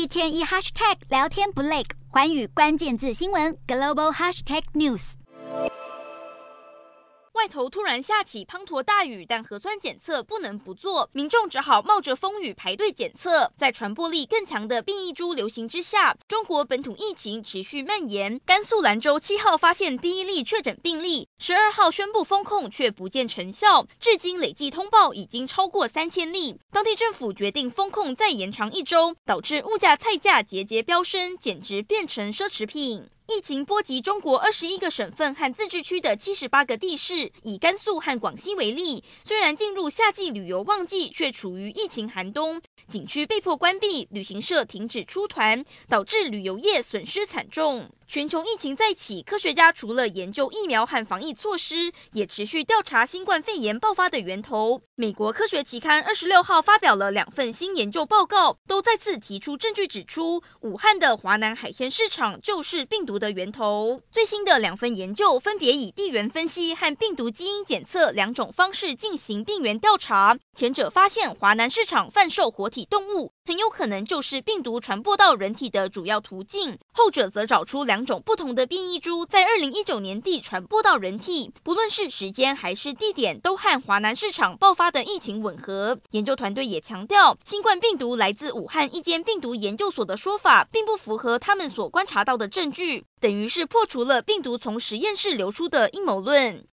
天一 hashtag 聊天不累，寰宇关键字新闻 global hashtag news。 外头突然下起滂沱大雨，但核酸检测不能不做，民众只好冒着风雨排队检测。在传播力更强的变异株流行之下，中国本土疫情持续蔓延。甘肃兰州7号发现第一例确诊病例，12号宣布封控却不见成效，至今累计通报已经超过3000例。当地政府决定封控再延长1周，导致物价菜价节节飙升，简直变成奢侈品。疫情波及中国21个省份和自治区的78个地市，以甘肃和广西为例，虽然进入夏季旅游旺季，却处于疫情寒冬，景区被迫关闭，旅行社停止出团，导致旅游业损失惨重。全球疫情再起，科学家除了研究疫苗和防疫措施，也持续调查新冠肺炎爆发的源头。美国科学期刊26号发表了2份新研究报告，都再次提出证据，指出武汉的华南海鲜市场就是病毒的源头。最新的2份研究分别以地缘分析和病毒基因检测2种方式进行病原调查，前者发现华南市场贩售活体动物很有可能就是病毒传播到人体的主要途径，后者则找出2种不同的变异株在2019年底传播到人体，不论是时间还是地点，都和华南市场爆发的疫情吻合。研究团队也强调，新冠病毒来自武汉一间病毒研究所的说法，并不符合他们所观察到的证据，等于是破除了病毒从实验室流出的阴谋论。